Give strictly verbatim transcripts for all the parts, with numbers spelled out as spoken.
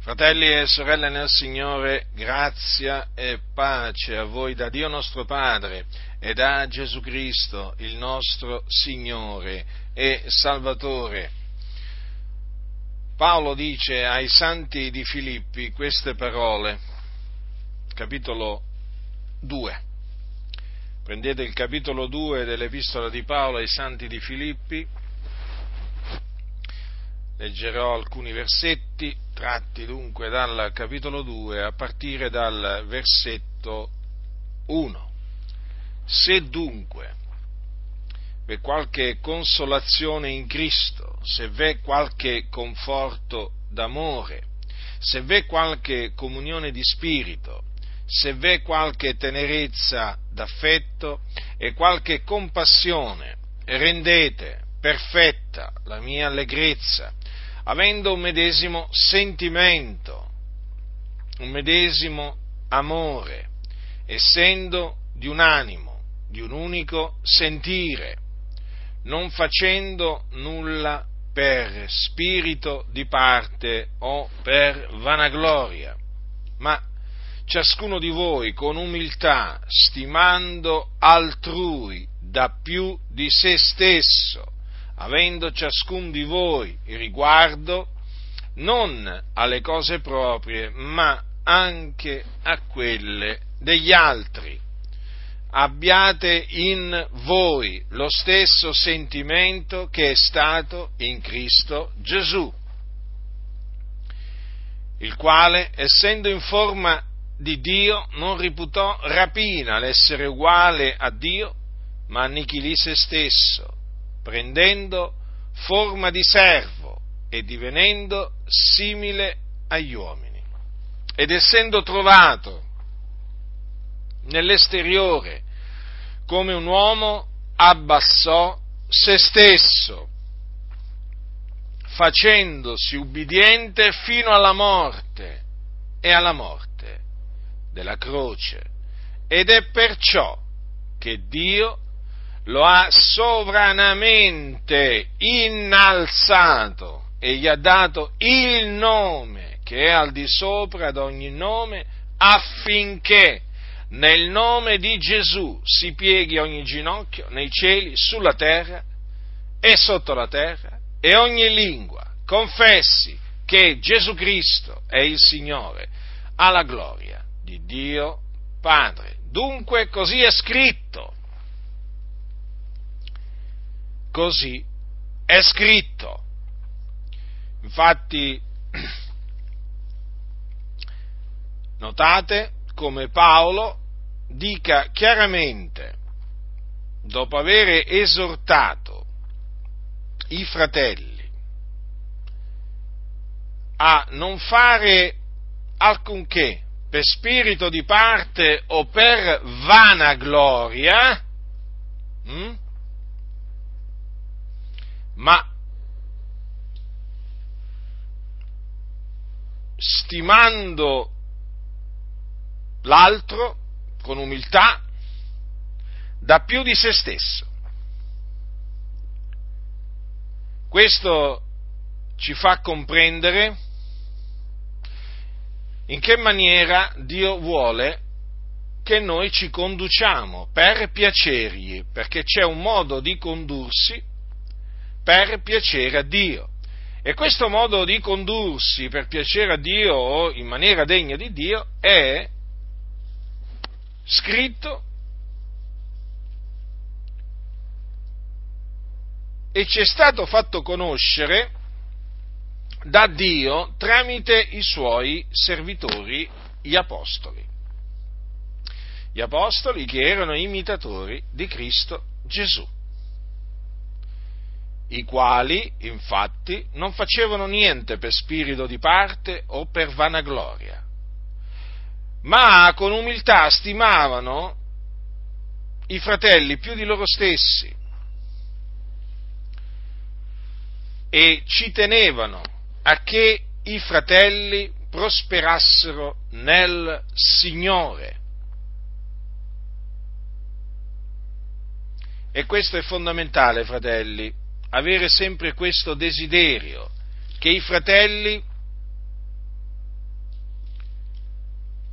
Fratelli e sorelle nel Signore, grazia e pace a voi da Dio nostro Padre e da Gesù Cristo, il nostro Signore e Salvatore. Paolo dice ai santi di Filippi queste parole, capitolo due. Prendete il capitolo due dell'Epistola di Paolo ai santi di Filippi. Leggerò alcuni versetti tratti dunque dal capitolo due a partire dal versetto uno. Se dunque v'è qualche consolazione in Cristo, se v'è qualche conforto d'amore, se v'è qualche comunione di spirito, se v'è qualche tenerezza d'affetto e qualche compassione, rendete perfetta la mia allegrezza, avendo un medesimo sentimento, un medesimo amore, essendo di un animo, di un unico sentire, non facendo nulla per spirito di parte o per vanagloria, ma ciascuno di voi con umiltà, stimando altrui da più di se stesso, avendo ciascun di voi riguardo non alle cose proprie, ma anche a quelle degli altri. Abbiate in voi lo stesso sentimento che è stato in Cristo Gesù, il quale, essendo in forma di Dio, non reputò rapina l'essere uguale a Dio, ma annichilì se stesso, prendendo forma di servo e divenendo simile agli uomini. Ed essendo trovato nell'esteriore come un uomo, abbassò se stesso, facendosi ubbidiente fino alla morte e alla morte della croce. Ed è perciò che Dio lo ha sovranamente innalzato e gli ha dato il nome che è al di sopra di ogni nome, affinché nel nome di Gesù si pieghi ogni ginocchio nei cieli, sulla terra e sotto la terra, e ogni lingua confessi che Gesù Cristo è il Signore, alla gloria di Dio Padre. Dunque così è scritto. Così è scritto. Infatti, notate come Paolo dica chiaramente, dopo aver esortato i fratelli a non fare alcunché per spirito di parte o per vanagloria, hm? ma stimando l'altro con umiltà da più di se stesso. Questo ci fa comprendere in che maniera Dio vuole che noi ci conduciamo per piacergli, perché c'è un modo di condursi per piacere a Dio. E questo modo di condursi per piacere a Dio o in maniera degna di Dio è scritto e ci è stato fatto conoscere da Dio tramite i suoi servitori, gli apostoli. Gli apostoli che erano imitatori di Cristo Gesù, i quali, infatti, non facevano niente per spirito di parte o per vanagloria, ma con umiltà stimavano i fratelli più di loro stessi e ci tenevano a che i fratelli prosperassero nel Signore. E questo è fondamentale, fratelli, avere sempre questo desiderio, che i fratelli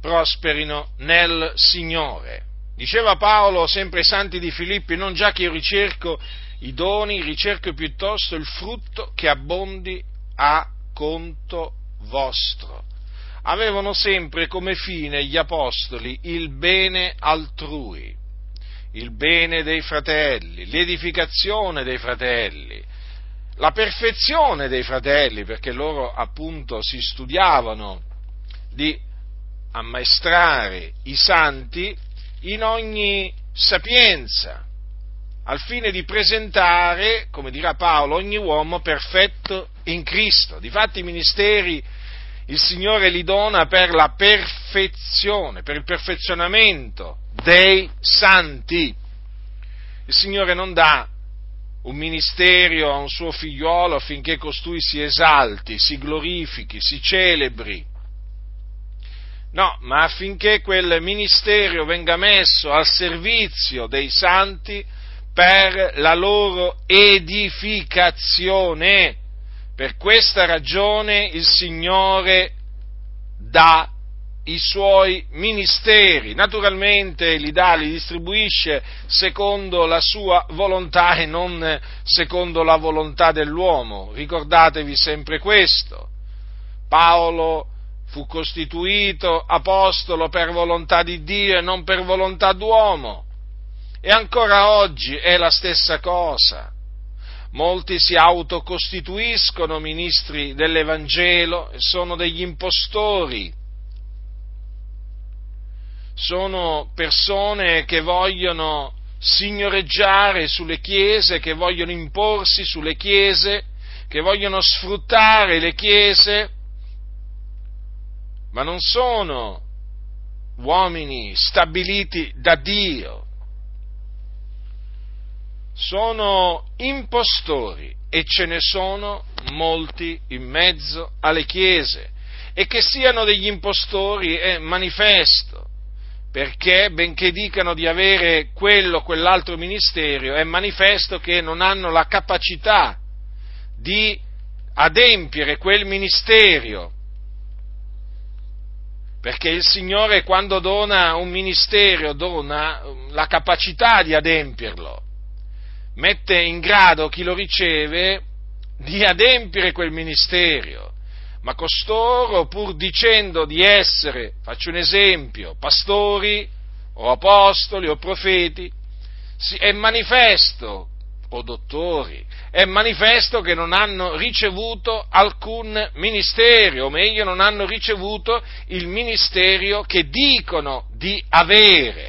prosperino nel Signore. Diceva Paolo sempre ai santi di Filippi: non già che io ricerco i doni, ricerco piuttosto il frutto che abbondi a conto vostro. Avevano sempre come fine gli apostoli il bene altrui, il bene dei fratelli, l'edificazione dei fratelli, la perfezione dei fratelli, perché loro appunto si studiavano di ammaestrare i santi in ogni sapienza, al fine di presentare, come dirà Paolo, ogni uomo perfetto in Cristo. Difatti i ministeri il Signore li dona per la perfezione, per il perfezionamento dei santi. Il Signore non dà un ministero a un suo figliuolo affinché costui si esalti, si glorifichi, si celebri. No, ma affinché quel ministero venga messo al servizio dei santi per la loro edificazione. Per questa ragione il Signore dà i suoi ministeri, naturalmente li dà, li distribuisce secondo la sua volontà e non secondo la volontà dell'uomo. Ricordatevi sempre questo. Paolo fu costituito apostolo per volontà di Dio e non per volontà d'uomo, e ancora oggi è la stessa cosa. Molti si autocostituiscono ministri dell'Evangelo e sono degli impostori, sono persone che vogliono signoreggiare sulle chiese, che vogliono imporsi sulle chiese, che vogliono sfruttare le chiese, ma non sono uomini stabiliti da Dio. Sono impostori e ce ne sono molti in mezzo alle chiese, e che siano degli impostori è manifesto, perché benché dicano di avere quello o quell'altro ministero, è manifesto che non hanno la capacità di adempiere quel ministero, perché il Signore, quando dona un ministero, dona la capacità di adempierlo, mette in grado chi lo riceve di adempiere quel ministero, ma costoro, pur dicendo di essere, faccio un esempio, pastori o apostoli o profeti, è manifesto, o dottori, è manifesto che non hanno ricevuto alcun ministero, o meglio non hanno ricevuto il ministero che dicono di avere.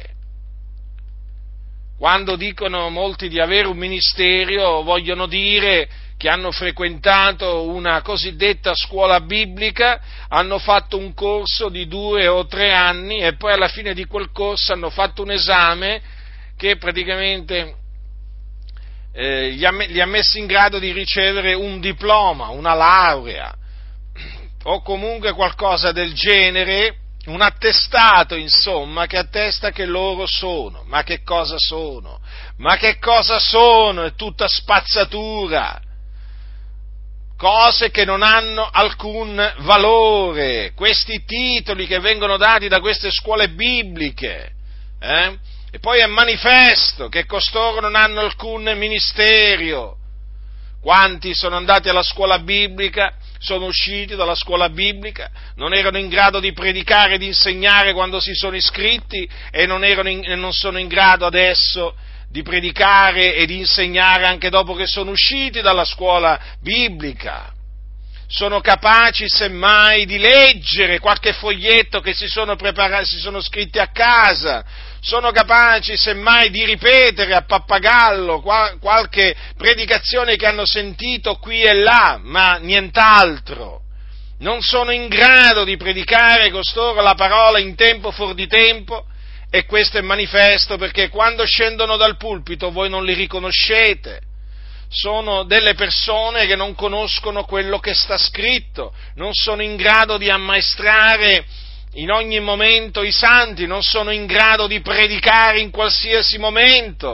Quando dicono molti di avere un ministero, vogliono dire che hanno frequentato una cosiddetta scuola biblica, hanno fatto un corso di due o tre anni e poi alla fine di quel corso hanno fatto un esame che praticamente eh, li, ha, li ha messi in grado di ricevere un diploma, una laurea o comunque qualcosa del genere, un attestato, insomma, che attesta che loro sono. Ma che cosa sono? Ma che cosa sono? È tutta spazzatura. Cose che non hanno alcun valore. Questi titoli che vengono dati da queste scuole bibliche. Eh? E poi è manifesto che costoro non hanno alcun ministero. Quanti sono andati alla scuola biblica, sono usciti dalla scuola biblica, non erano in grado di predicare e di insegnare quando si sono iscritti e non, erano in, non sono in grado adesso di predicare e di insegnare anche dopo che sono usciti dalla scuola biblica. Sono capaci semmai di leggere qualche foglietto che si sono preparati, si sono scritti a casa, sono capaci semmai di ripetere a pappagallo qualche predicazione che hanno sentito qui e là, ma nient'altro. Non sono in grado di predicare costoro la parola in tempo fuor di tempo, e questo è manifesto perché quando scendono dal pulpito voi non li riconoscete. Sono delle persone che non conoscono quello che sta scritto, non sono in grado di ammaestrare in ogni momento i santi, non sono in grado di predicare in qualsiasi momento,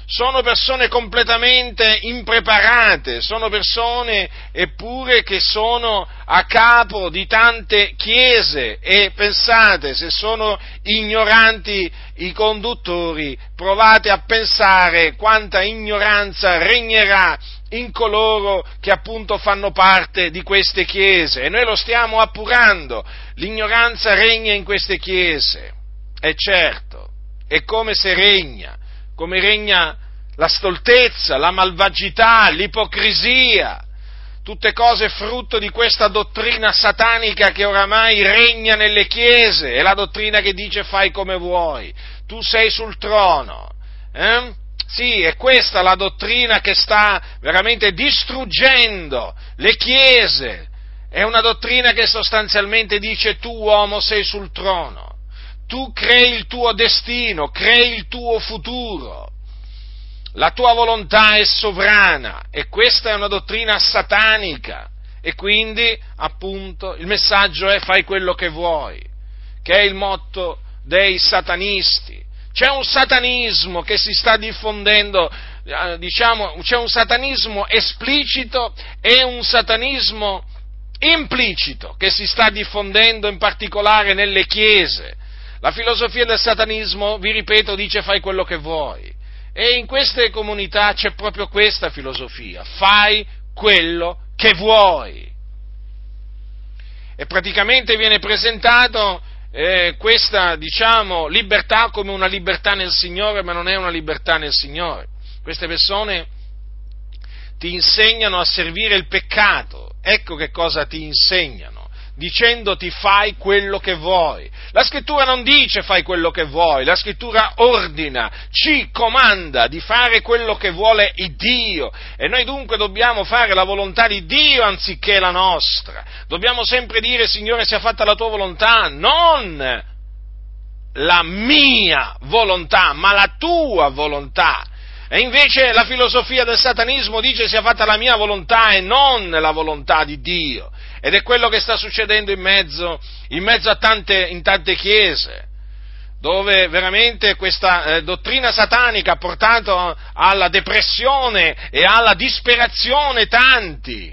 sono persone completamente impreparate, sono persone eppure che sono a capo di tante chiese e pensate, se sono ignoranti i conduttori, provate a pensare quanta ignoranza regnerà in coloro che appunto fanno parte di queste chiese, e noi lo stiamo appurando, l'ignoranza regna in queste chiese, è certo, è come se regna, come regna la stoltezza, la malvagità, l'ipocrisia, tutte cose frutto di questa dottrina satanica che oramai regna nelle chiese, è la dottrina che dice fai come vuoi, tu sei sul trono, eh? Sì, è questa la dottrina che sta veramente distruggendo le chiese, è una dottrina che sostanzialmente dice tu uomo sei sul trono, tu crei il tuo destino, crei il tuo futuro, la tua volontà è sovrana, e questa è una dottrina satanica, e quindi appunto il messaggio è fai quello che vuoi, che è il motto dei satanisti. C'è un satanismo che si sta diffondendo, eh, diciamo, c'è un satanismo esplicito e un satanismo implicito che si sta diffondendo in particolare nelle chiese. La filosofia del satanismo, vi ripeto, dice fai quello che vuoi, e in queste comunità c'è proprio questa filosofia, fai quello che vuoi. E praticamente viene presentato Eh, questa, diciamo, libertà come una libertà nel Signore, ma non è una libertà nel Signore. Queste persone ti insegnano a servire il peccato, ecco che cosa ti insegnano, dicendoti fai quello che vuoi. La Scrittura non dice fai quello che vuoi, la Scrittura ordina, ci comanda di fare quello che vuole il Dio, e noi dunque dobbiamo fare la volontà di Dio anziché la nostra. Dobbiamo sempre dire Signore sia fatta la tua volontà, non la mia volontà, ma la tua volontà. E invece la filosofia del satanismo dice sia fatta la mia volontà e non la volontà di Dio. Ed è quello che sta succedendo in mezzo, in mezzo a tante, in tante chiese, dove veramente questa eh, dottrina satanica ha portato alla depressione e alla disperazione tanti.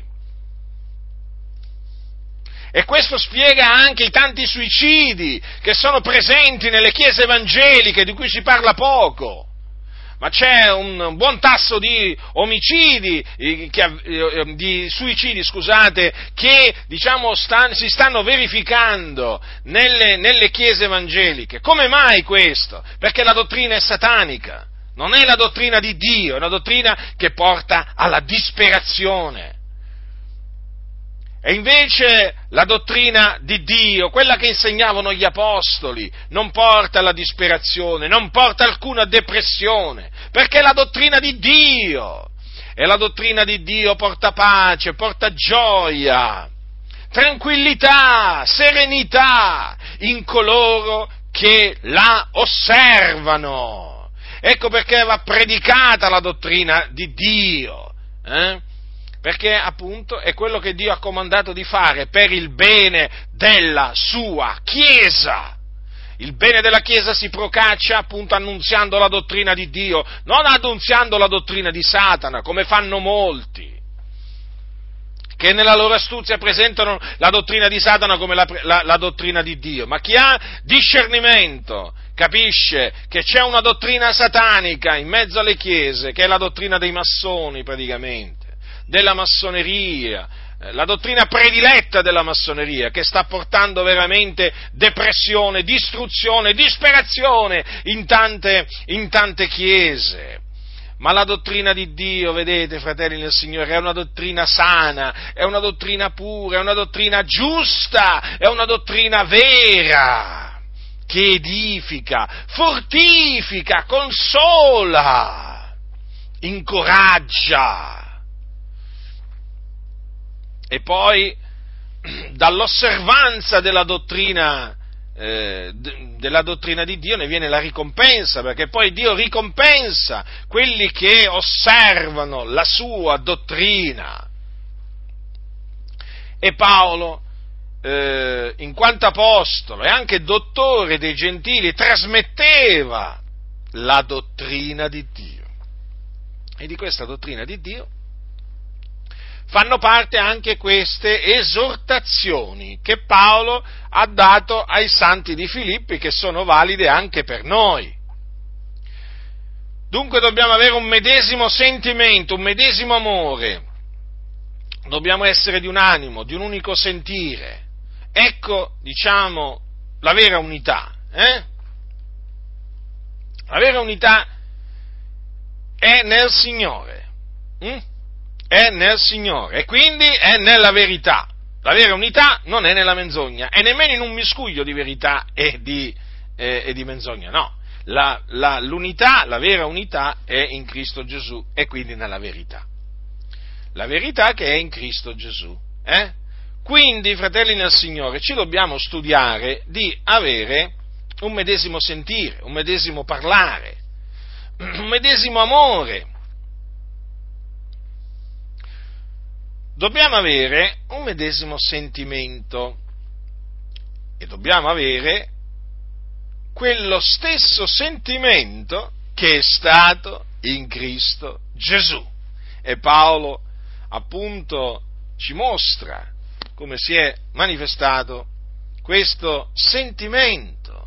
E questo spiega anche i tanti suicidi che sono presenti nelle chiese evangeliche, di cui si parla poco. Ma c'è un buon tasso di omicidi, di suicidi, scusate, che diciamo stan, si stanno verificando nelle, nelle chiese evangeliche. Come mai questo? Perché la dottrina è satanica, non è la dottrina di Dio, è una dottrina che porta alla disperazione. E invece la dottrina di Dio, quella che insegnavano gli apostoli, non porta alla disperazione, non porta alcuna depressione, perché è la dottrina di Dio, e la dottrina di Dio porta pace, porta gioia, tranquillità, serenità in coloro che la osservano. Ecco perché va predicata la dottrina di Dio, eh? Perché appunto è quello che Dio ha comandato di fare per il bene della sua Chiesa. Il bene della Chiesa si procaccia appunto annunziando la dottrina di Dio, non annunziando la dottrina di Satana, come fanno molti, che nella loro astuzia presentano la dottrina di Satana come la, la, la dottrina di Dio. Ma chi ha discernimento capisce che c'è una dottrina satanica in mezzo alle chiese, che è la dottrina dei massoni praticamente, della massoneria, la dottrina prediletta della massoneria, che sta portando veramente depressione, distruzione, disperazione in tante, in tante chiese. Ma la dottrina di Dio, vedete, fratelli nel Signore, è una dottrina sana, è una dottrina pura, è una dottrina giusta, è una dottrina vera, che edifica, fortifica, consola, incoraggia. E poi dall'osservanza della dottrina, eh, d- della dottrina di Dio ne viene la ricompensa, perché poi Dio ricompensa quelli che osservano la sua dottrina. E Paolo, eh, in quanto apostolo e anche dottore dei gentili, trasmetteva la dottrina di Dio. E di questa dottrina di Dio fanno parte anche queste esortazioni che Paolo ha dato ai santi di Filippi, che sono valide anche per noi. Dunque dobbiamo avere un medesimo sentimento, un medesimo amore, dobbiamo essere di un animo, di un unico sentire. Ecco, diciamo, la vera unità. Eh? La vera unità è nel Signore. Hm? È nel Signore e quindi è nella verità. La vera unità non è nella menzogna e nemmeno in un miscuglio di verità e di, eh, e di menzogna, no. La, la, l'unità, la vera unità è in Cristo Gesù e quindi nella verità. La verità che è in Cristo Gesù. Eh? Quindi, fratelli nel Signore, ci dobbiamo studiare di avere un medesimo sentire, un medesimo parlare, un medesimo amore. Dobbiamo avere un medesimo sentimento e dobbiamo avere quello stesso sentimento che è stato in Cristo Gesù. E Paolo appunto ci mostra come si è manifestato questo sentimento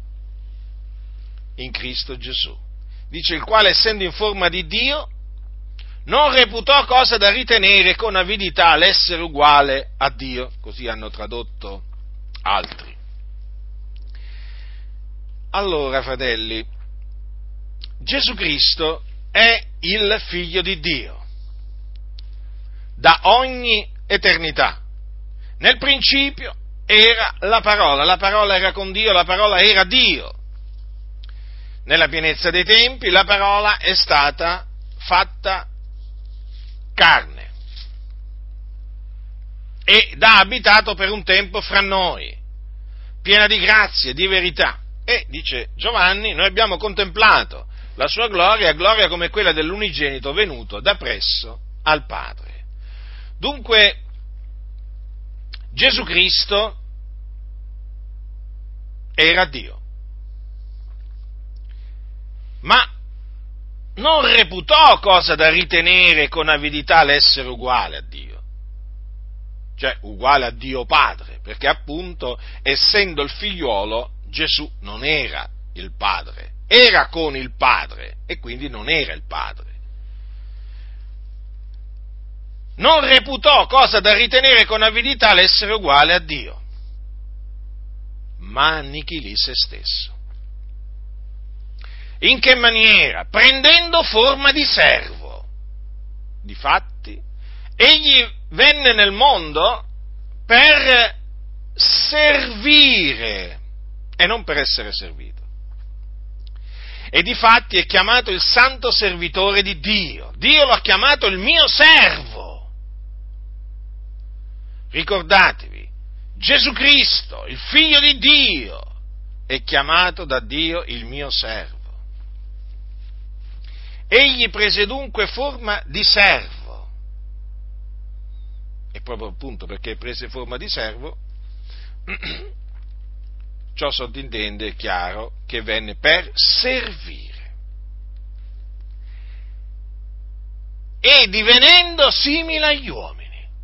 in Cristo Gesù. Dice: il quale, essendo in forma di Dio, non reputò cosa da ritenere con avidità l'essere uguale a Dio, così hanno tradotto altri. Allora, fratelli, Gesù Cristo è il Figlio di Dio, da ogni eternità. Nel principio era la parola, la parola era con Dio, la parola era Dio. Nella pienezza dei tempi la parola è stata fatta carne ed ha abitato per un tempo fra noi, piena di grazia e di verità. E, dice Giovanni, noi abbiamo contemplato la sua gloria, gloria come quella dell'unigenito venuto da presso al Padre. Dunque, Gesù Cristo era Dio, ma non reputò cosa da ritenere con avidità l'essere uguale a Dio, cioè uguale a Dio Padre, perché appunto, essendo il figliuolo, Gesù non era il Padre, era con il Padre e quindi non era il Padre. Non reputò cosa da ritenere con avidità l'essere uguale a Dio, ma annichilì se stesso. In che maniera? Prendendo forma di servo. Difatti, egli venne nel mondo per servire e non per essere servito. E difatti è chiamato il santo servitore di Dio. Dio lo ha chiamato il mio servo. Ricordatevi, Gesù Cristo, il Figlio di Dio, è chiamato da Dio il mio servo. Egli prese dunque forma di servo, e proprio appunto perché prese forma di servo, ciò sottintende, è chiaro, che venne per servire. E divenendo simile agli uomini,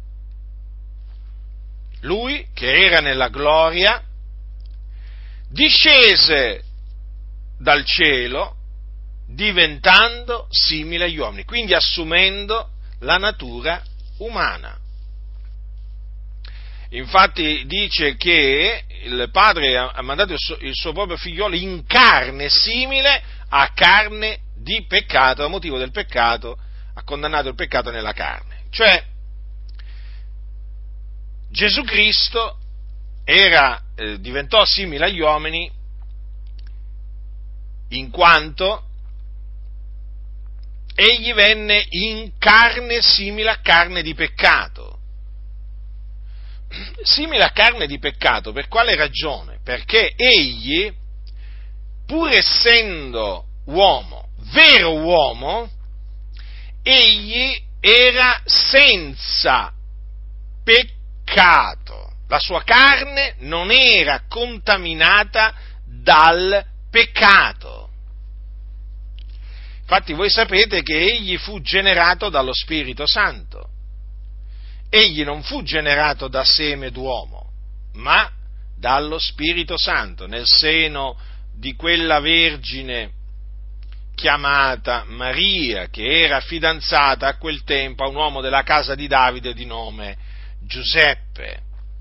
lui, che era nella gloria, discese dal cielo diventando simile agli uomini, quindi assumendo la natura umana. Infatti dice che il Padre ha mandato il suo, il suo proprio figliolo in carne simile a carne di peccato, a motivo del peccato, ha condannato il peccato nella carne. Cioè, Gesù Cristo era, eh, diventò simile agli uomini in quanto egli venne in carne simile a carne di peccato. Simile a carne di peccato, per quale ragione? Perché egli, pur essendo uomo, vero uomo, egli era senza peccato. La sua carne non era contaminata dal peccato. Infatti voi sapete che egli fu generato dallo Spirito Santo. Egli non fu generato da seme d'uomo, ma dallo Spirito Santo, nel seno di quella vergine chiamata Maria, che era fidanzata a quel tempo a un uomo della casa di Davide di nome Giuseppe.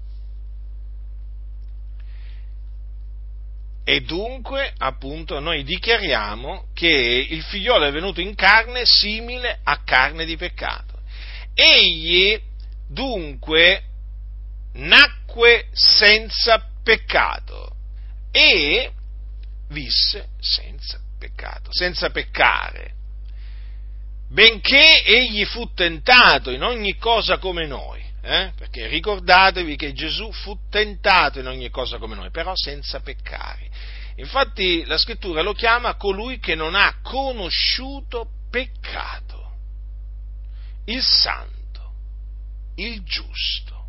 E dunque, appunto, noi dichiariamo che il figliolo è venuto in carne simile a carne di peccato. Egli, dunque, nacque senza peccato e visse senza peccato, senza peccare, benché egli fu tentato in ogni cosa come noi. Eh? Perché ricordatevi che Gesù fu tentato in ogni cosa come noi, però senza peccare. Infatti la Scrittura lo chiama colui che non ha conosciuto peccato, il santo, il giusto.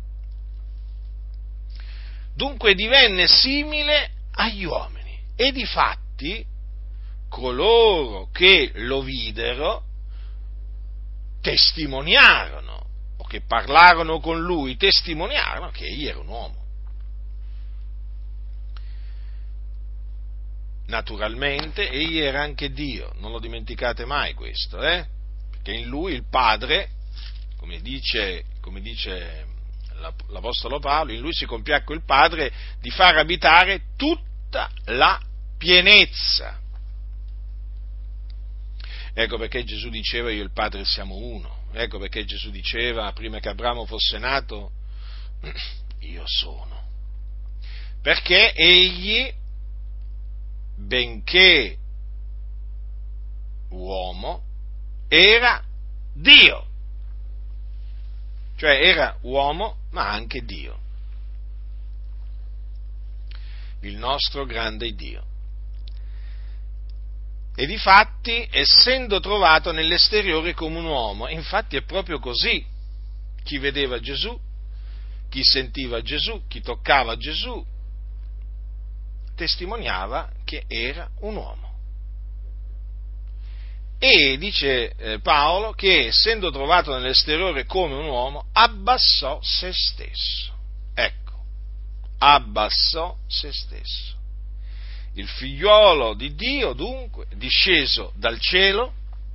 Dunque divenne simile agli uomini e difatti coloro che lo videro testimoniarono, che parlarono con lui, testimoniarono che egli era un uomo. Naturalmente egli era anche Dio, non lo dimenticate mai questo, eh? Perché in lui il Padre, come dice, come dice l'Apostolo Paolo, in lui si compiacque il Padre di far abitare tutta la pienezza. Ecco perché Gesù diceva io e il Padre siamo uno. Ecco perché Gesù diceva, prima che Abramo fosse nato, io sono. Perché egli, benché uomo, era Dio. Cioè era uomo, ma anche Dio. Il nostro grande Dio. E difatti, essendo trovato nell'esteriore come un uomo, infatti è proprio così, chi vedeva Gesù, chi sentiva Gesù, chi toccava Gesù, testimoniava che era un uomo. E dice eh, Paolo che essendo trovato nell'esteriore come un uomo, abbassò se stesso. Ecco, abbassò se stesso. Il figliuolo di Dio, dunque, disceso dal cielo,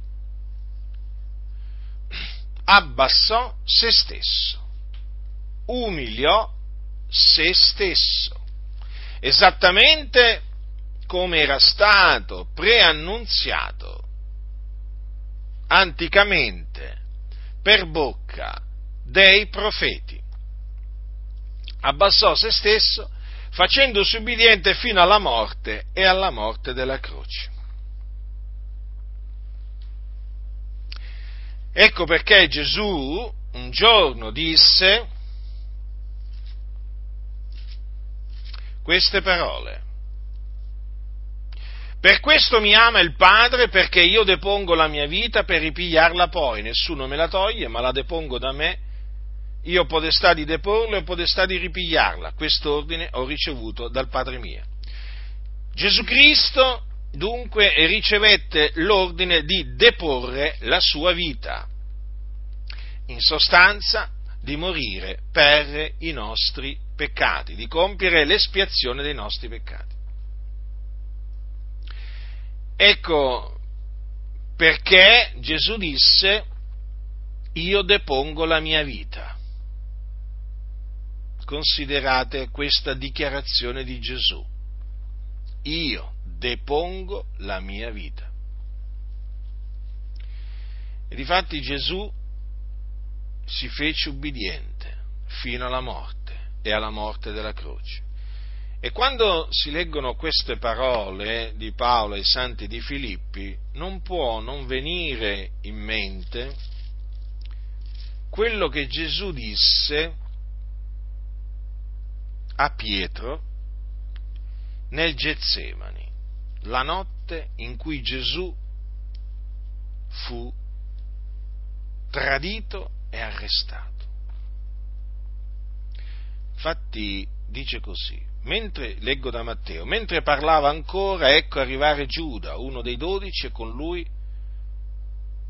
abbassò se stesso, umiliò se stesso, esattamente come era stato preannunziato anticamente per bocca dei profeti. Abbassò se stesso, facendosi ubbidiente fino alla morte e alla morte della croce. Ecco perché Gesù un giorno disse queste parole: per questo mi ama il Padre, perché io depongo la mia vita per ripigliarla poi, nessuno me la toglie, ma la depongo da me. Io ho potestà di deporla e ho potestà di ripigliarla. Quest'ordine ho ricevuto dal Padre mio. Gesù Cristo, dunque, ricevette l'ordine di deporre la sua vita. In sostanza, di morire per i nostri peccati, di compiere l'espiazione dei nostri peccati. Ecco perché Gesù disse: io depongo la mia vita. Considerate questa dichiarazione di Gesù: io depongo la mia vita. E difatti Gesù si fece ubbidiente fino alla morte e alla morte della croce. E quando si leggono queste parole di Paolo ai santi di Filippi, non può non venire in mente quello che Gesù disse a Pietro nel Getsemani, la notte in cui Gesù fu tradito e arrestato. Infatti dice così, mentre, leggo da Matteo, mentre parlava ancora, ecco arrivare Giuda, uno dei dodici, e con lui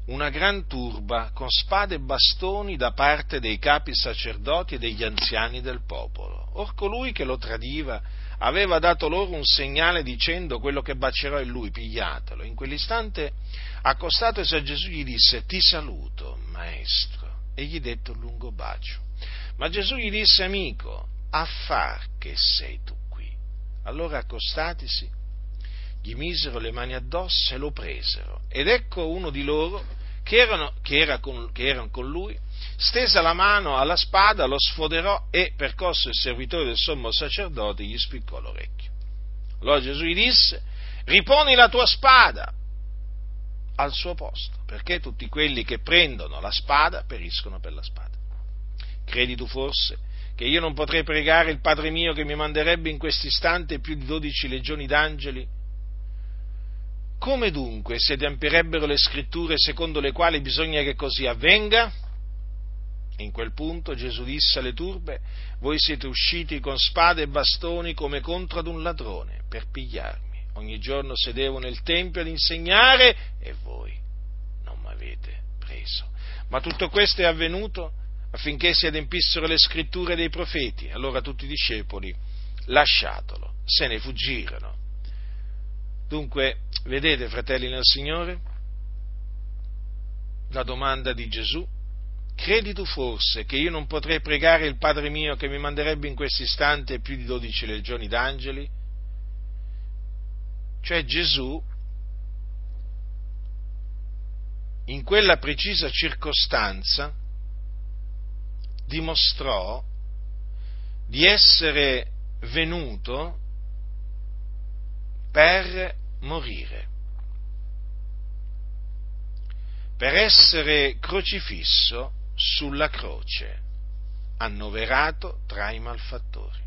una gran turba con spade e bastoni da parte dei capi sacerdoti e degli anziani del popolo. Or colui che lo tradiva aveva dato loro un segnale dicendo: quello che bacerò è lui, pigliatelo. In quell'istante, accostatosi a Gesù, gli disse: ti saluto, maestro. E gli dette un lungo bacio. Ma Gesù gli disse: amico, a far che sei tu qui? Allora, accostatisi, gli misero le mani addosso e lo presero. Ed ecco uno di loro, che erano, che era con, che erano con lui, stesa la mano alla spada, lo sfoderò e, percosso il servitore del sommo sacerdote, gli spiccò l'orecchio. Allora Gesù gli disse: riponi la tua spada al suo posto, perché tutti quelli che prendono la spada periscono per la spada. Credi tu forse che io non potrei pregare il Padre mio che mi manderebbe in quest'istante più di dodici legioni d'angeli? Come dunque si adempirebbero le scritture secondo le quali bisogna che così avvenga? In quel punto Gesù disse alle turbe: voi siete usciti con spade e bastoni come contro ad un ladrone per pigliarmi. Ogni giorno sedevo nel Tempio ad insegnare e voi non mi avete preso. Ma tutto questo è avvenuto affinché si adempissero le scritture dei profeti. Allora tutti i discepoli, lasciatolo, se ne fuggirono. Dunque, vedete, fratelli nel Signore, la domanda di Gesù: credi tu forse che io non potrei pregare il Padre mio che mi manderebbe in questo istante più di dodici legioni d'angeli? Cioè Gesù, in quella precisa circostanza, dimostrò di essere venuto per morire, per essere crocifisso sulla croce, annoverato tra i malfattori.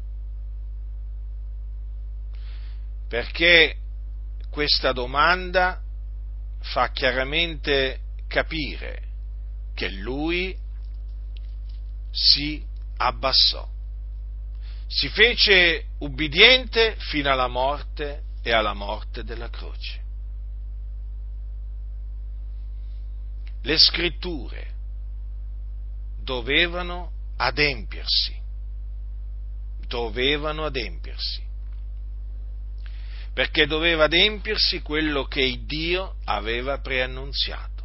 Perché questa domanda fa chiaramente capire che lui si abbassò, si fece ubbidiente fino alla morte e alla morte della croce. Le scritture dovevano adempiersi, dovevano adempiersi, perché doveva adempiersi quello che Dio aveva preannunziato.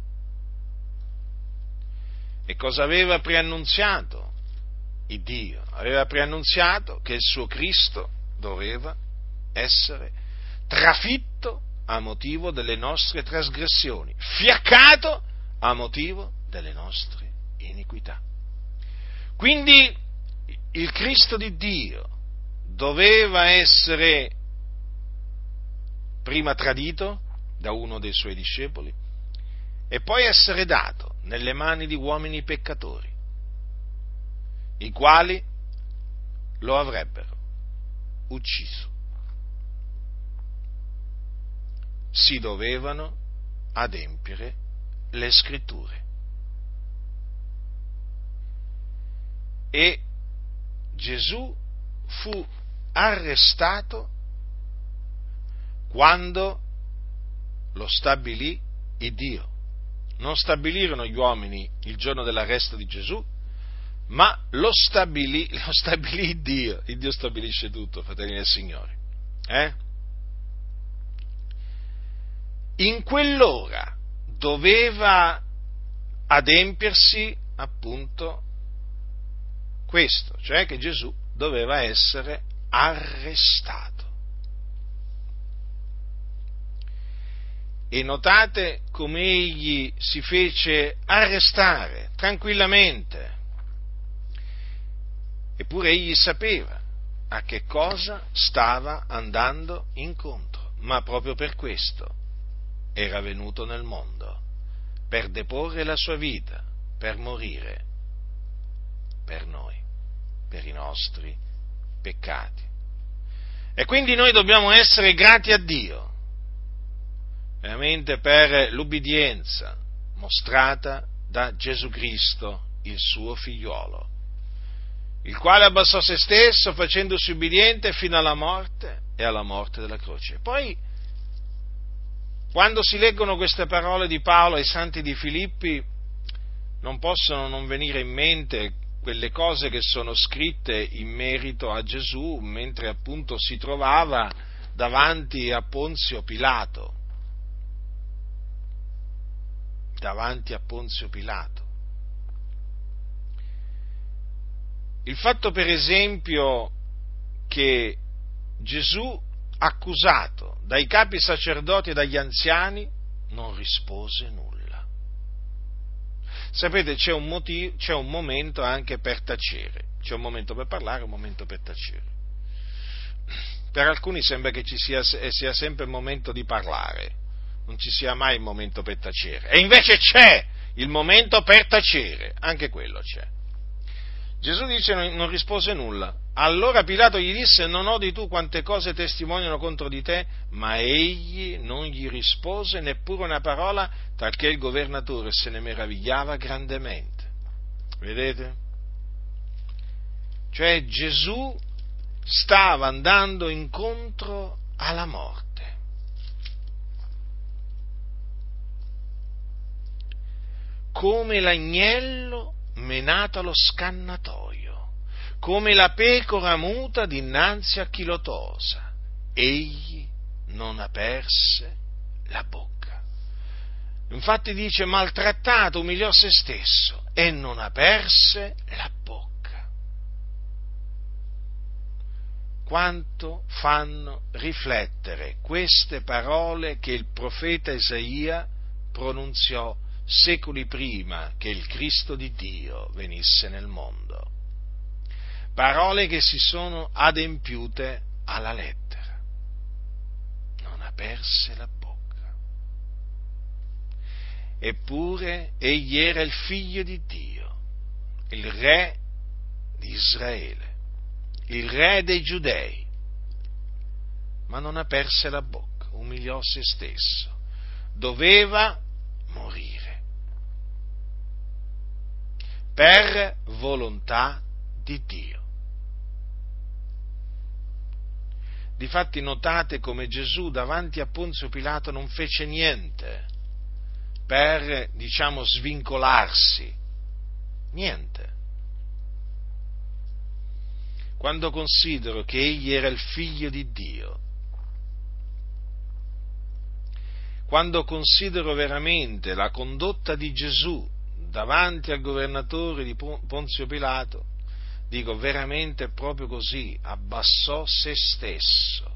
E cosa aveva preannunziato? Il Dio aveva preannunziato che il suo Cristo doveva essere trafitto a motivo delle nostre trasgressioni, fiaccato a motivo delle nostre iniquità. Quindi il Cristo di Dio doveva essere prima tradito da uno dei suoi discepoli e poi essere dato nelle mani di uomini peccatori, i quali lo avrebbero ucciso. Si dovevano adempiere le scritture. E Gesù fu arrestato quando lo stabilì il Dio. Non stabilirono gli uomini il giorno dell'arresto di Gesù, ma lo stabilì, lo stabilì il Dio. Il Dio stabilisce tutto, fratelli del Signore. Eh? In quell'ora doveva adempiersi appunto questo, cioè che Gesù doveva essere arrestato. E notate come egli si fece arrestare tranquillamente, eppure egli sapeva a che cosa stava andando incontro, ma proprio per questo era venuto nel mondo, per deporre la sua vita, per morire per noi, per i nostri peccati. E quindi noi dobbiamo essere grati a Dio, veramente, per l'ubbidienza mostrata da Gesù Cristo, il suo figliuolo, il quale abbassò se stesso facendosi ubbidiente fino alla morte e alla morte della croce. Poi Quando si leggono queste parole di Paolo ai santi di Filippi, non possono non venire in mente quelle cose che sono scritte in merito a Gesù mentre appunto si trovava davanti a Ponzio Pilato. Davanti a Ponzio Pilato. Il fatto, per esempio, che Gesù, accusato dai capi sacerdoti e dagli anziani, non rispose nulla. Sapete, c'è un motivo, c'è un momento anche per tacere, c'è un momento per parlare e un momento per tacere. Per alcuni sembra che ci sia, sia sempre il momento di parlare, non ci sia mai il momento per tacere, e invece c'è il momento per tacere, anche quello c'è. Gesù dice non rispose nulla. Allora Pilato gli disse: non odi tu quante cose testimoniano contro di te? Ma egli non gli rispose neppure una parola, talché il governatore se ne meravigliava grandemente. Vedete? Cioè Gesù stava andando incontro alla morte. Come l'agnello menato allo scannatoio, come la pecora muta dinanzi a chi lo tosa, egli non aperse la bocca. Infatti dice: maltrattato, umiliò se stesso e non aperse la bocca. Quanto fanno riflettere queste parole che il profeta Isaia pronunziò secoli prima che il Cristo di Dio venisse nel mondo. Parole che si sono adempiute alla lettera. Non aperse la bocca. Eppure egli era il figlio di Dio, il re di Israele, il re dei Giudei, ma non aperse la bocca, umiliò se stesso, doveva morire per volontà di Dio. Difatti notate come Gesù davanti a Ponzio Pilato non fece niente per, diciamo, svincolarsi, niente. Quando considero che egli era il figlio di Dio, quando considero veramente la condotta di Gesù davanti al governatore di Ponzio Pilato, dico veramente proprio così, abbassò se stesso.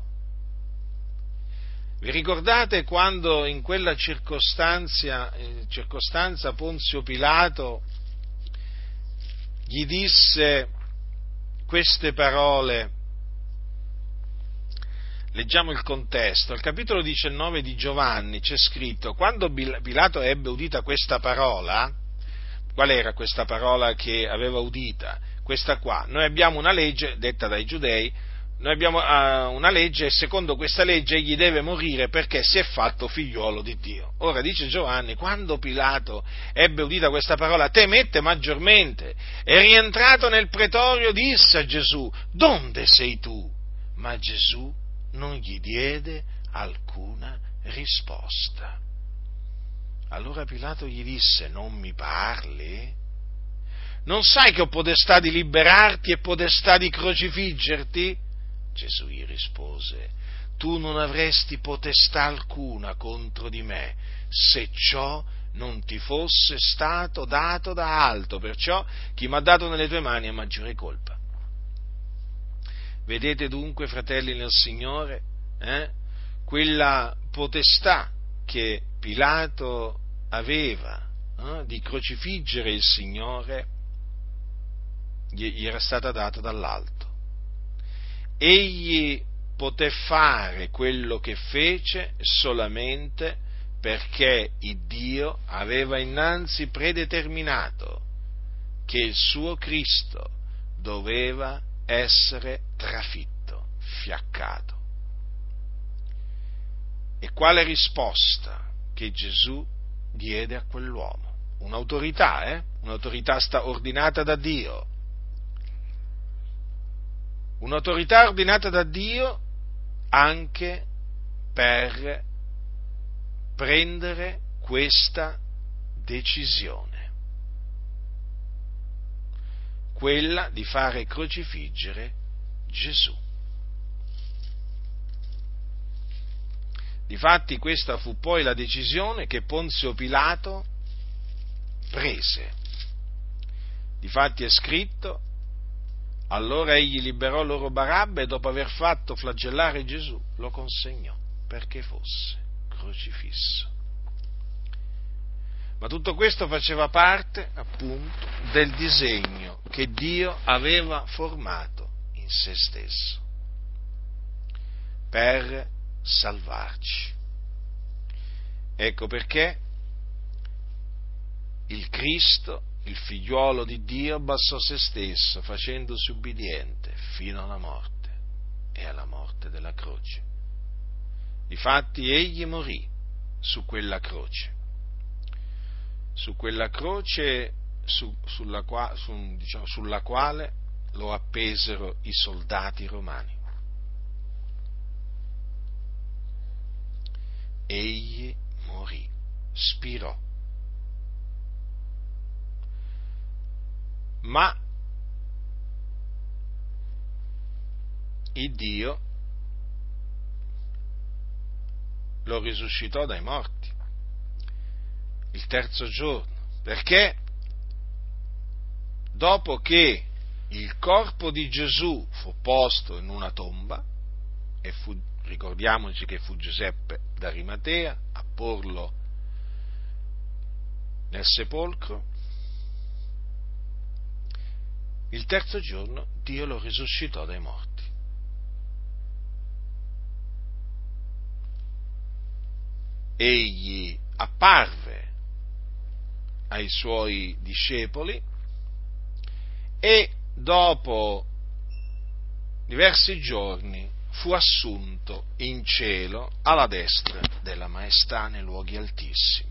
Vi ricordate quando in quella circostanza, circostanza Ponzio Pilato gli disse queste parole? Leggiamo il contesto. Al capitolo diciannove di Giovanni c'è scritto: quando Pilato ebbe udita questa parola, qual era questa parola che aveva udita? Questa qua: noi abbiamo una legge detta dai giudei, noi abbiamo uh, una legge e secondo questa legge egli deve morire perché si è fatto figliuolo di Dio. Ora dice Giovanni: quando Pilato ebbe udita questa parola temette maggiormente e rientrato nel pretorio disse a Gesù: donde sei tu? Ma Gesù non gli diede alcuna risposta. Allora Pilato gli disse: non mi parli? Non sai che ho potestà di liberarti e potestà di crocifiggerti? Gesù gli rispose: tu non avresti potestà alcuna contro di me, se ciò non ti fosse stato dato da alto, perciò chi mi ha dato nelle tue mani è maggiore colpa. Vedete dunque, fratelli nel Signore, eh, quella potestà che Pilato aveva eh, di crocifiggere il Signore gli era stata data dall'alto. Egli poté fare quello che fece solamente perché il Dio aveva innanzi predeterminato che il suo Cristo doveva essere trafitto, fiaccato. E quale risposta che Gesù diede a quell'uomo? Un'autorità, eh? Un'autorità sta ordinata da Dio. Un'autorità ordinata da Dio anche per prendere questa decisione, quella di fare crocifiggere Gesù. Difatti questa fu poi la decisione che Ponzio Pilato prese. Difatti è scritto: allora egli liberò loro Barabba e dopo aver fatto flagellare Gesù lo consegnò perché fosse crocifisso. Ma tutto questo faceva parte, appunto, del disegno che Dio aveva formato in se stesso per salvarci. Ecco perché il Cristo, il figliuolo di Dio, abbassò se stesso, facendosi ubbidiente fino alla morte e alla morte della croce. Difatti egli morì su quella croce, su quella croce su, sulla, qua, su, diciamo, sulla quale lo appesero i soldati romani. Egli morì, spirò, ma il Dio lo risuscitò dai morti il terzo giorno, perché dopo che il corpo di Gesù fu posto in una tomba, e fu, ricordiamoci che fu Giuseppe d'Arimatea a porlo nel sepolcro, il terzo giorno Dio lo risuscitò dai morti. Egli apparve ai suoi discepoli e dopo diversi giorni fu assunto in cielo alla destra della Maestà nei luoghi altissimi,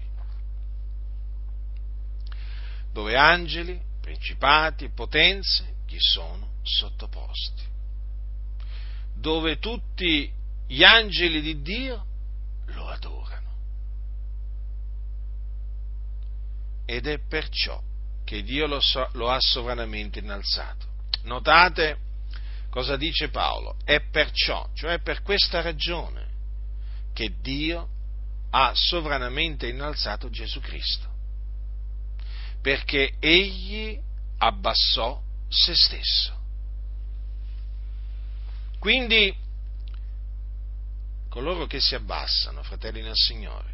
dove angeli, principati e potenze gli sono sottoposti, dove tutti gli angeli di Dio lo adorano. Ed è perciò che Dio lo, so, lo ha sovranamente innalzato. Notate cosa dice Paolo: è perciò, cioè per questa ragione, che Dio ha sovranamente innalzato Gesù Cristo, perché egli abbassò se stesso. Quindi coloro che si abbassano, fratelli nel Signore,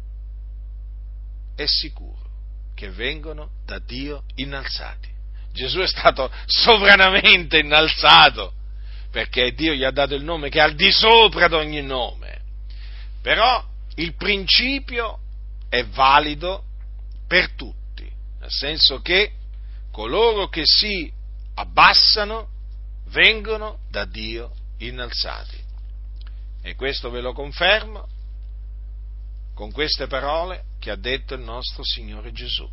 è sicuro che vengono da Dio innalzati. Gesù è stato sovranamente innalzato perché Dio gli ha dato il nome che è al di sopra di ogni nome. Però il principio è valido per tutti, nel senso che coloro che si abbassano vengono da Dio innalzati. E questo ve lo confermo con queste parole che ha detto il nostro Signore Gesù.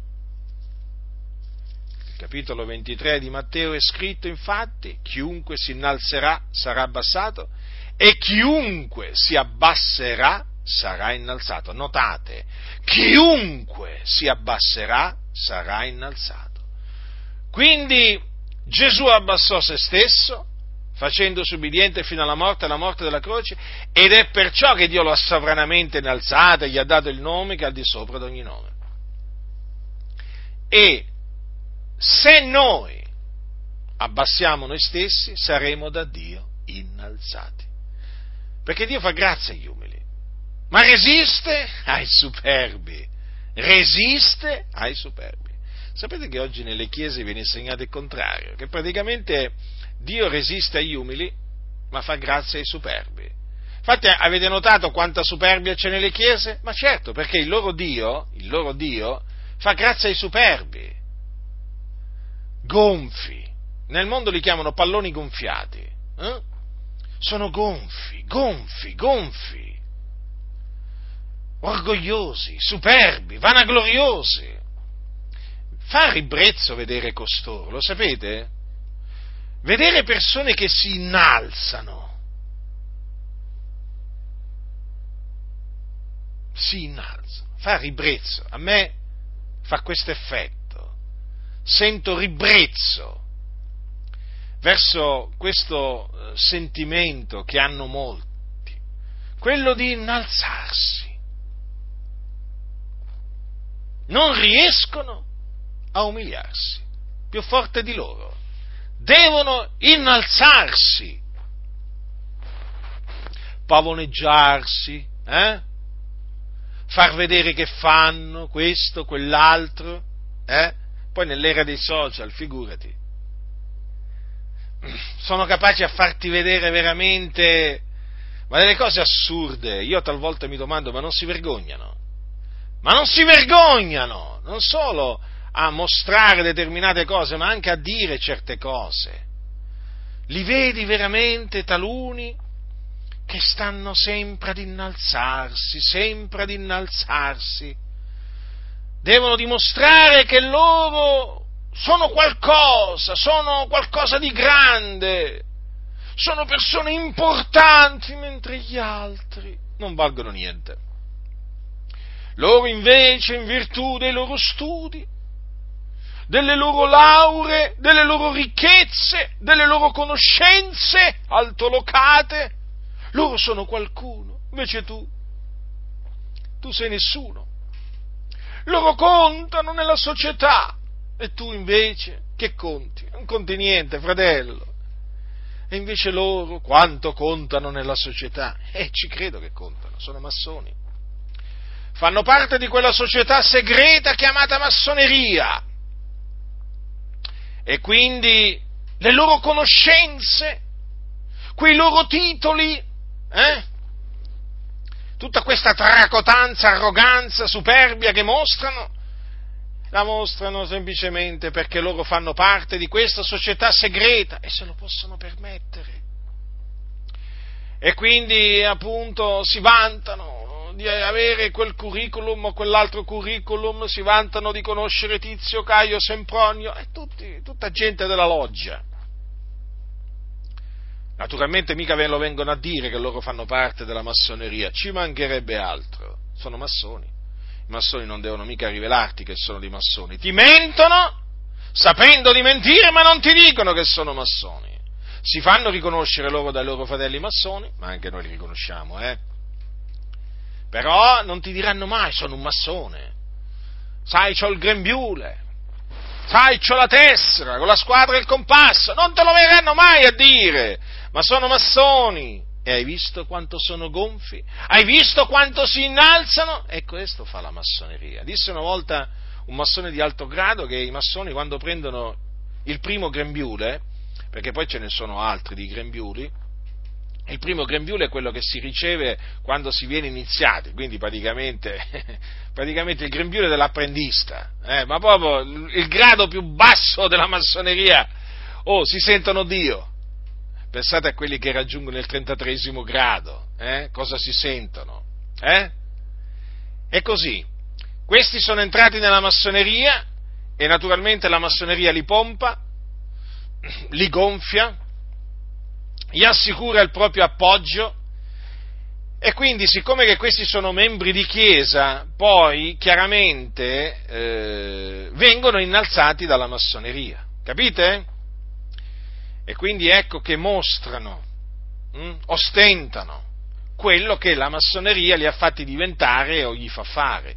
Nel capitolo ventitré di Matteo è scritto infatti: chiunque si innalzerà sarà abbassato e chiunque si abbasserà sarà innalzato. Notate, chiunque si abbasserà sarà innalzato. Quindi Gesù abbassò se stesso, facendosi ubbidiente fino alla morte, alla morte della croce, ed è perciò che Dio lo ha sovranamente innalzato e gli ha dato il nome che è al di sopra di ogni nome. E se noi abbassiamo noi stessi, saremo da Dio innalzati. Perché Dio fa grazia agli umili, ma resiste ai superbi. Resiste ai superbi. Sapete che oggi nelle chiese viene insegnato il contrario, che praticamente Dio resiste agli umili, ma fa grazia ai superbi. Infatti avete notato quanta superbia c'è nelle chiese? Ma certo, perché il loro Dio, il loro Dio fa grazia ai superbi, gonfi. Nel mondo li chiamano palloni gonfiati. Eh? Sono gonfi, gonfi, gonfi, orgogliosi, superbi, vanagloriosi. Fa ribrezzo vedere costoro, lo sapete? Vedere persone che si innalzano, si si innalzano. Fa ribrezzo, a me fa questo effetto, sento ribrezzo verso questo sentimento che hanno molti, quello di innalzarsi. Non riescono a umiliarsi, più forte di loro, devono innalzarsi, pavoneggiarsi, eh? Far vedere che fanno questo, quell'altro, eh? Poi nell'era dei social, figurati, sono capaci a farti vedere veramente, ma delle cose assurde. Io talvolta mi domando, ma non si vergognano? Ma non si vergognano, non solo a mostrare determinate cose, ma anche a dire certe cose. Li vedi veramente taluni che stanno sempre ad innalzarsi, sempre ad innalzarsi. Devono dimostrare che loro sono qualcosa, sono qualcosa di grande, sono persone importanti, mentre gli altri non valgono niente. Loro invece, in virtù dei loro studi, delle loro lauree, delle loro ricchezze, delle loro conoscenze altolocate, loro sono qualcuno, invece tu, tu sei nessuno. Loro contano nella società, e tu invece che conti? Non conti niente, fratello. E invece loro quanto contano nella società? Eh, ci credo che contano, sono massoni. Fanno parte di quella società segreta chiamata massoneria. E quindi le loro conoscenze, quei loro titoli, eh? Tutta questa tracotanza, arroganza, superbia che mostrano, la mostrano semplicemente perché loro fanno parte di questa società segreta e se lo possono permettere. E quindi appunto si vantano di avere quel curriculum o quell'altro curriculum, si vantano di conoscere Tizio, Caio, Sempronio, e tutti, tutta gente della loggia. Naturalmente mica ve lo vengono a dire che loro fanno parte della massoneria, ci mancherebbe altro, sono massoni. I massoni non devono mica rivelarti che sono di massoni, ti mentono sapendo di mentire, ma non ti dicono che sono massoni. Si fanno riconoscere loro dai loro fratelli massoni, ma anche noi li riconosciamo, eh? Però non ti diranno mai sono un massone. Sai, c'ho il grembiule, sai, c'ho la tessera con la squadra e il compasso, non te lo verranno mai a dire, ma sono massoni. E hai visto quanto sono gonfi? Hai visto quanto si innalzano? E questo fa la massoneria. Disse una volta un massone di alto grado che i massoni quando prendono il primo grembiule, perché poi ce ne sono altri di grembiuli, il primo grembiule è quello che si riceve quando si viene iniziati, quindi praticamente, praticamente il grembiule dell'apprendista, eh, ma proprio il grado più basso della massoneria. Oh, si sentono Dio. Pensate a quelli che raggiungono il trentatreesimo grado, eh? Cosa si sentono? Eh? E così, questi sono entrati nella massoneria e naturalmente la massoneria li pompa, li gonfia, gli assicura il proprio appoggio e quindi, siccome che questi sono membri di chiesa, poi chiaramente eh, vengono innalzati dalla massoneria, capite? E quindi ecco che mostrano, hm, ostentano quello che la massoneria li ha fatti diventare o gli fa fare.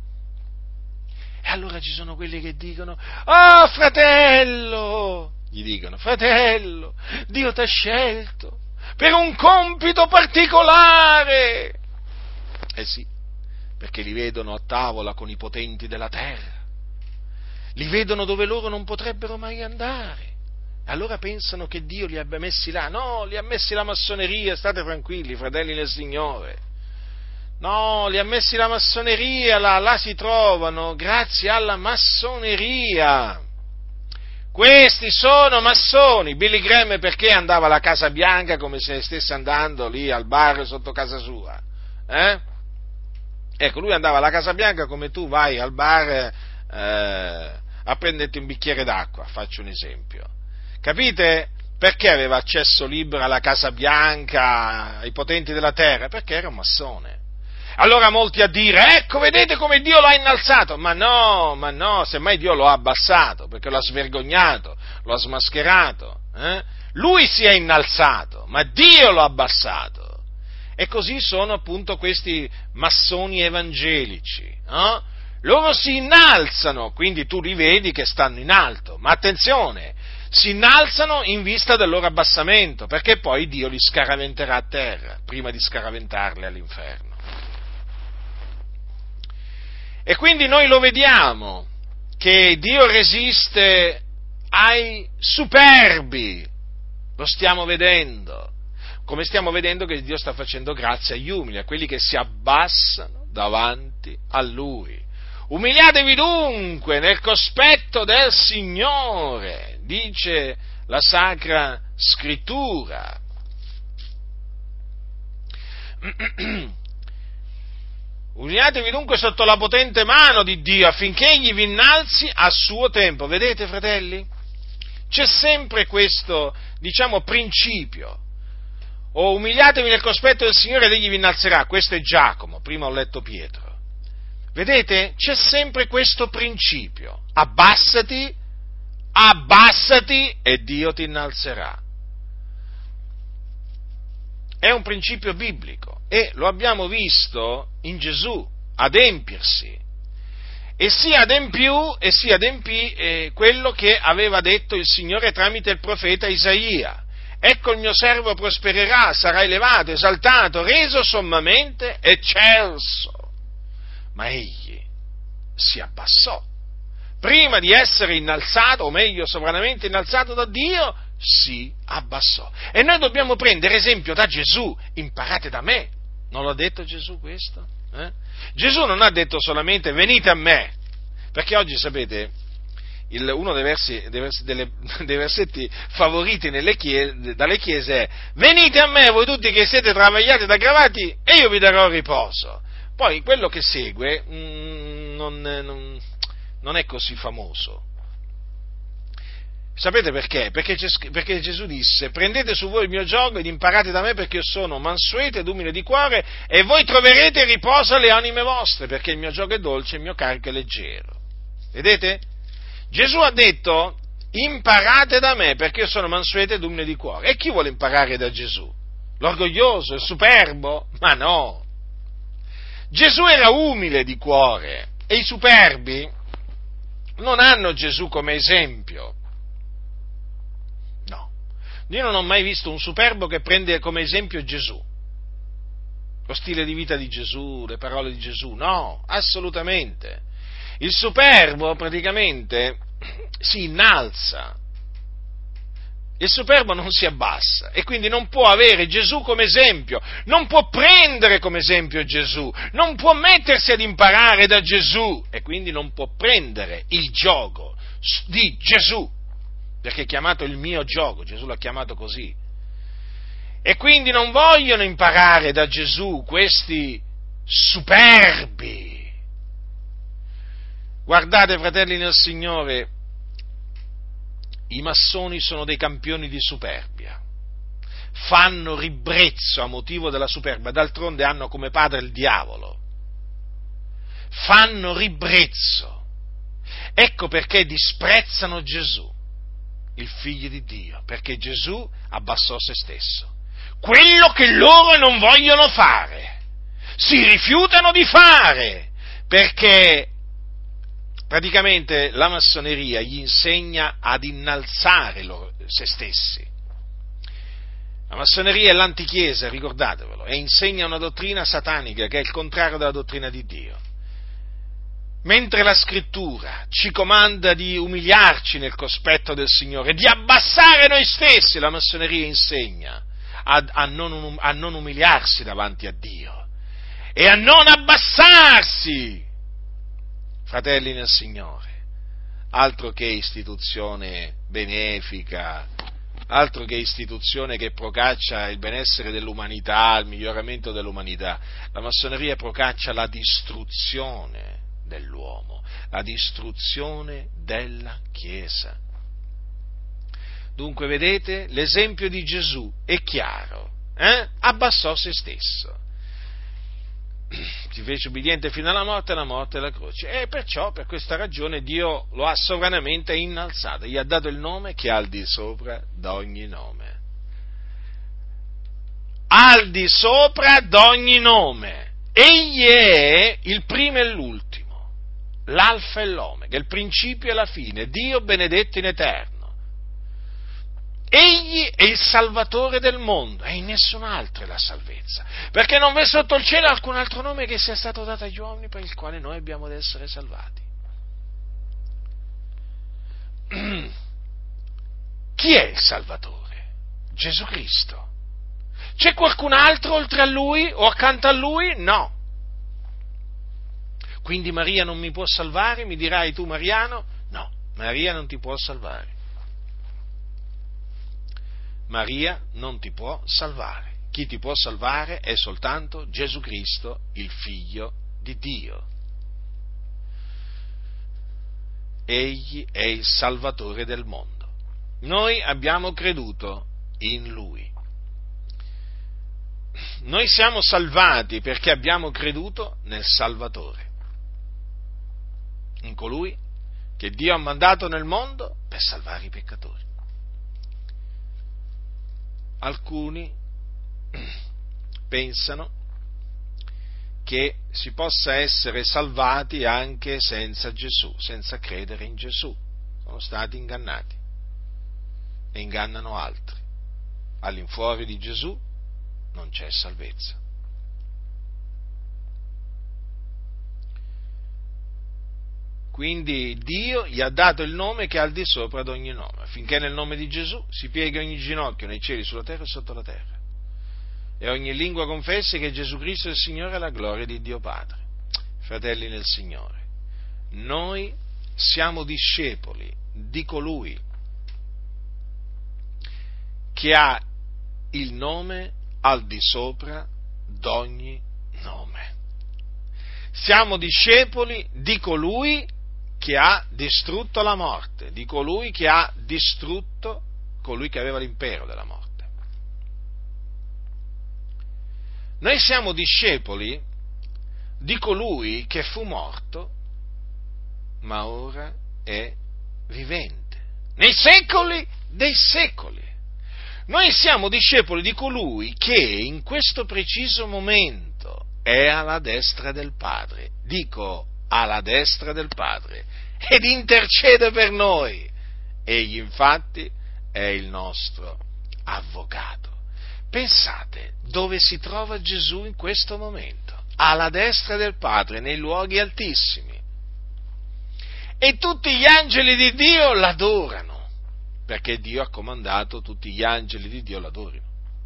E allora ci sono quelli che dicono: «Oh, fratello!» Gli dicono: «Fratello, Dio t'ha scelto per un compito particolare!» Eh sì, perché li vedono a tavola con i potenti della terra, li vedono dove loro non potrebbero mai andare. Allora pensano che Dio li abbia messi là. No, li ha messi la massoneria, state tranquilli, fratelli nel Signore. No, li ha messi la massoneria, là, là si trovano grazie alla massoneria. Questi sono massoni. Billy Graham perché andava alla Casa Bianca come se stesse andando lì al bar sotto casa sua? Eh? Ecco, lui andava alla Casa Bianca come tu vai al bar eh, a prenderti un bicchiere d'acqua, faccio un esempio. Capite? Perché aveva accesso libero alla Casa Bianca, ai potenti della terra? Perché era un massone. Allora molti a dire, ecco, vedete come Dio lo ha innalzato. Ma no, ma no, semmai Dio lo ha abbassato, perché lo ha svergognato, lo ha smascherato. Eh? Lui si è innalzato, ma Dio lo ha abbassato. E così sono appunto questi massoni evangelici. No? Loro si innalzano, quindi tu li vedi che stanno in alto, ma attenzione, si innalzano in vista del loro abbassamento, perché poi Dio li scaraventerà a terra, prima di scaraventarli all'inferno. E quindi noi lo vediamo, che Dio resiste ai superbi, lo stiamo vedendo, come stiamo vedendo che Dio sta facendo grazia agli umili, a quelli che si abbassano davanti a Lui. Umiliatevi dunque nel cospetto del Signore, dice la Sacra Scrittura. Umiliatevi dunque sotto la potente mano di Dio affinché Egli vi innalzi a suo tempo. Vedete, fratelli? C'è sempre questo, diciamo, principio. O umiliatevi nel cospetto del Signore ed Egli vi innalzerà. Questo è Giacomo, prima ho letto Pietro. Vedete? C'è sempre questo principio. Abbassati, abbassati e Dio ti innalzerà. È un principio biblico e lo abbiamo visto in Gesù adempiersi. E si adempiù e si adempì eh, quello che aveva detto il Signore tramite il profeta Isaia. Ecco il mio servo prospererà, sarà elevato, esaltato, reso sommamente eccelso. Ma egli si abbassò. Prima di essere innalzato, o meglio, sovranamente innalzato da Dio, si abbassò. E noi dobbiamo prendere esempio da Gesù. Imparate da me. Non l'ha detto Gesù questo? Eh? Gesù non ha detto solamente venite a me, perché oggi sapete, il, uno dei, versi, dei, versi, delle, dei versetti favoriti nelle chiese, dalle chiese è venite a me voi tutti che siete travagliati ed aggravati e io vi darò riposo. Poi quello che segue mh, non, non, non è così famoso. Sapete perché? Perché, perché Gesù disse prendete su voi il mio giogo ed imparate da me perché io sono mansueto ed umile di cuore e voi troverete riposo alle anime vostre, perché il mio giogo è dolce e il mio carico è leggero. Vedete? Gesù ha detto imparate da me perché io sono mansueto ed umile di cuore. E chi vuole imparare da Gesù? L'orgoglioso, il superbo? Ma no! Gesù era umile di cuore e i superbi non hanno Gesù come esempio. No, io non ho mai visto un superbo che prende come esempio Gesù, lo stile di vita di Gesù, le parole di Gesù, no, assolutamente. Il superbo praticamente si innalza, il superbo non si abbassa e quindi non può avere Gesù come esempio, non può prendere come esempio Gesù, non può mettersi ad imparare da Gesù e quindi non può prendere il giogo di Gesù, perché è chiamato il mio giogo, Gesù l'ha chiamato così. E quindi non vogliono imparare da Gesù questi superbi. Guardate, fratelli nel Signore, i massoni sono dei campioni di superbia, fanno ribrezzo a motivo della superbia, d'altronde hanno come padre il diavolo, fanno ribrezzo, ecco perché disprezzano Gesù, il figlio di Dio, perché Gesù abbassò se stesso, quello che loro non vogliono fare, si rifiutano di fare, perché praticamente la massoneria gli insegna ad innalzare loro, se stessi. La massoneria è l'antichiesa, ricordatevelo, e insegna una dottrina satanica che è il contrario della dottrina di Dio. Mentre la Scrittura ci comanda di umiliarci nel cospetto del Signore, di abbassare noi stessi, la massoneria insegna a, a, non, a non umiliarsi davanti a Dio e a non abbassarsi. Fratelli nel Signore, altro che istituzione benefica, altro che istituzione che procaccia il benessere dell'umanità, il miglioramento dell'umanità. La massoneria procaccia la distruzione dell'uomo, la distruzione della Chiesa. Dunque, vedete, l'esempio di Gesù è chiaro, eh? Abbassò se stesso. si fece ubbidiente fino alla morte e alla morte della croce, e perciò, per questa ragione, Dio lo ha sovranamente innalzato, gli ha dato il nome che è al di sopra d'ogni nome. Al di sopra d'ogni nome. Egli è il primo e l'ultimo, l'alfa e l'omega, il principio e la fine, Dio benedetto in eterno. Egli è il Salvatore del mondo e in nessun altro è la salvezza, perché non v'è sotto il cielo alcun altro nome che sia stato dato agli uomini per il quale noi abbiamo ad essere salvati. Chi è il Salvatore? Gesù Cristo. C'è qualcun altro oltre a Lui o accanto a Lui? No. Quindi Maria non mi può salvare? Mi dirai tu, Mariano? No, Maria non ti può salvare. Maria non ti può salvare. Chi ti può salvare è soltanto Gesù Cristo, il Figlio di Dio. Egli è il Salvatore del mondo. Noi abbiamo creduto in Lui. Noi siamo salvati perché abbiamo creduto nel Salvatore, in colui che Dio ha mandato nel mondo per salvare i peccatori. Alcuni pensano che si possa essere salvati anche senza Gesù, senza credere in Gesù. Sono stati ingannati e ingannano altri. All'infuori di Gesù non c'è salvezza. Quindi Dio gli ha dato il nome che è al di sopra di ogni nome, affinché nel nome di Gesù si pieghi ogni ginocchio nei cieli, sulla terra e sotto la terra, e ogni lingua confessi che Gesù Cristo è il Signore alla gloria di Dio Padre. Fratelli nel Signore, noi siamo discepoli di colui che ha il nome al di sopra d'ogni nome. Siamo discepoli di colui che ha distrutto la morte, di colui che ha distrutto colui che aveva l'impero della morte. Noi siamo discepoli di colui che fu morto, ma ora è vivente, nei secoli dei secoli. Noi siamo discepoli di colui che in questo preciso momento è alla destra del Padre, dico alla destra del Padre, ed intercede per noi. Egli infatti è il nostro avvocato. Pensate dove si trova Gesù in questo momento, alla destra del Padre, nei luoghi altissimi. E tutti gli angeli di Dio l'adorano, perché Dio ha comandato tutti gli angeli di Dio l'adorino.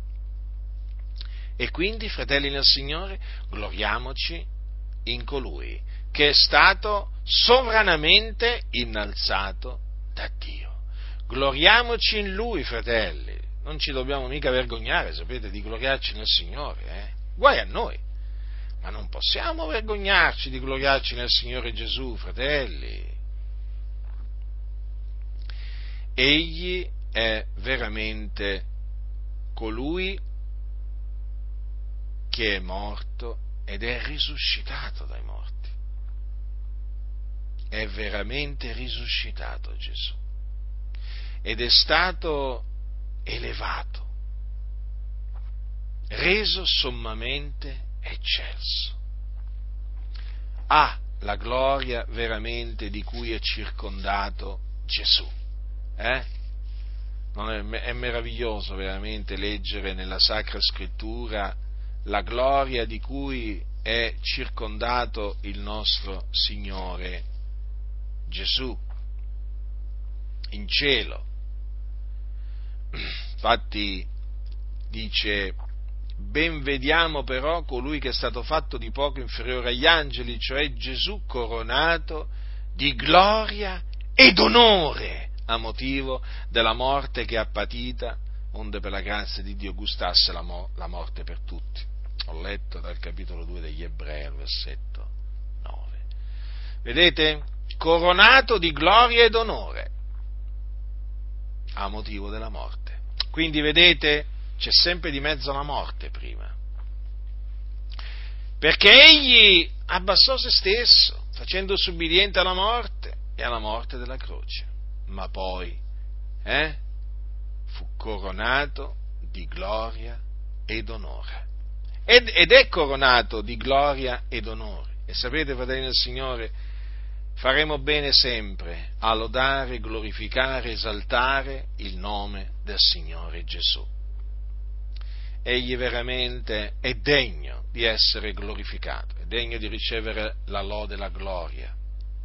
E quindi, fratelli nel Signore, gloriamoci in colui che è stato sovranamente innalzato da Dio. Gloriamoci in Lui, fratelli. Non ci dobbiamo mica vergognare, sapete, di gloriarci nel Signore, eh? Guai a noi. Ma non possiamo vergognarci di gloriarci nel Signore Gesù, fratelli. Egli è veramente colui che è morto ed è risuscitato dai morti. È veramente risuscitato Gesù. Ed è stato elevato, reso sommamente eccelso. Ha la gloria veramente di cui è circondato Gesù. Eh? Non è, è meraviglioso veramente leggere nella Sacra Scrittura la gloria di cui è circondato il nostro Signore Gesù in cielo. Infatti dice: ben vediamo però colui che è stato fatto di poco inferiore agli angeli, cioè Gesù coronato di gloria ed onore a motivo della morte che ha patita, onde per la grazia di Dio gustasse la, mo- la morte per tutti. Ho letto dal capitolo due degli Ebrei, al versetto nove. Vedete? Coronato di gloria ed onore a motivo della morte. Quindi vedete, c'è sempre di mezzo la morte prima. perché egli abbassò se stesso, facendosi ubbidiente alla morte e alla morte della croce, ma poi eh, fu coronato di gloria ed onore. Ed, ed è coronato di gloria ed onore. E sapete, fratelli del Signore, faremo bene sempre a lodare, glorificare, esaltare il nome del Signore Gesù. Egli veramente è degno di essere glorificato, è degno di ricevere la lode e la gloria,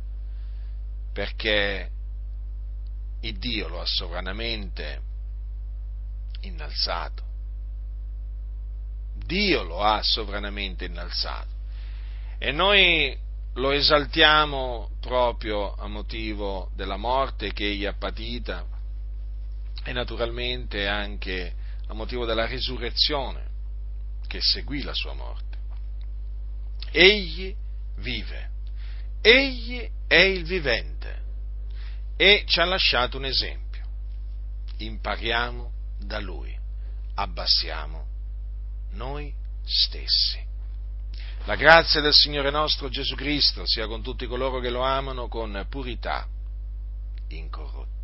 perché il Dio lo ha sovranamente innalzato. Dio lo ha sovranamente innalzato e noi lo esaltiamo proprio a motivo della morte che egli ha patita e naturalmente anche a motivo della risurrezione che seguì la sua morte. Egli vive, egli è il vivente e ci ha lasciato un esempio. Impariamo da lui, abbassiamo noi stessi. La grazia del Signore nostro Gesù Cristo sia con tutti coloro che lo amano con purità incorrotta.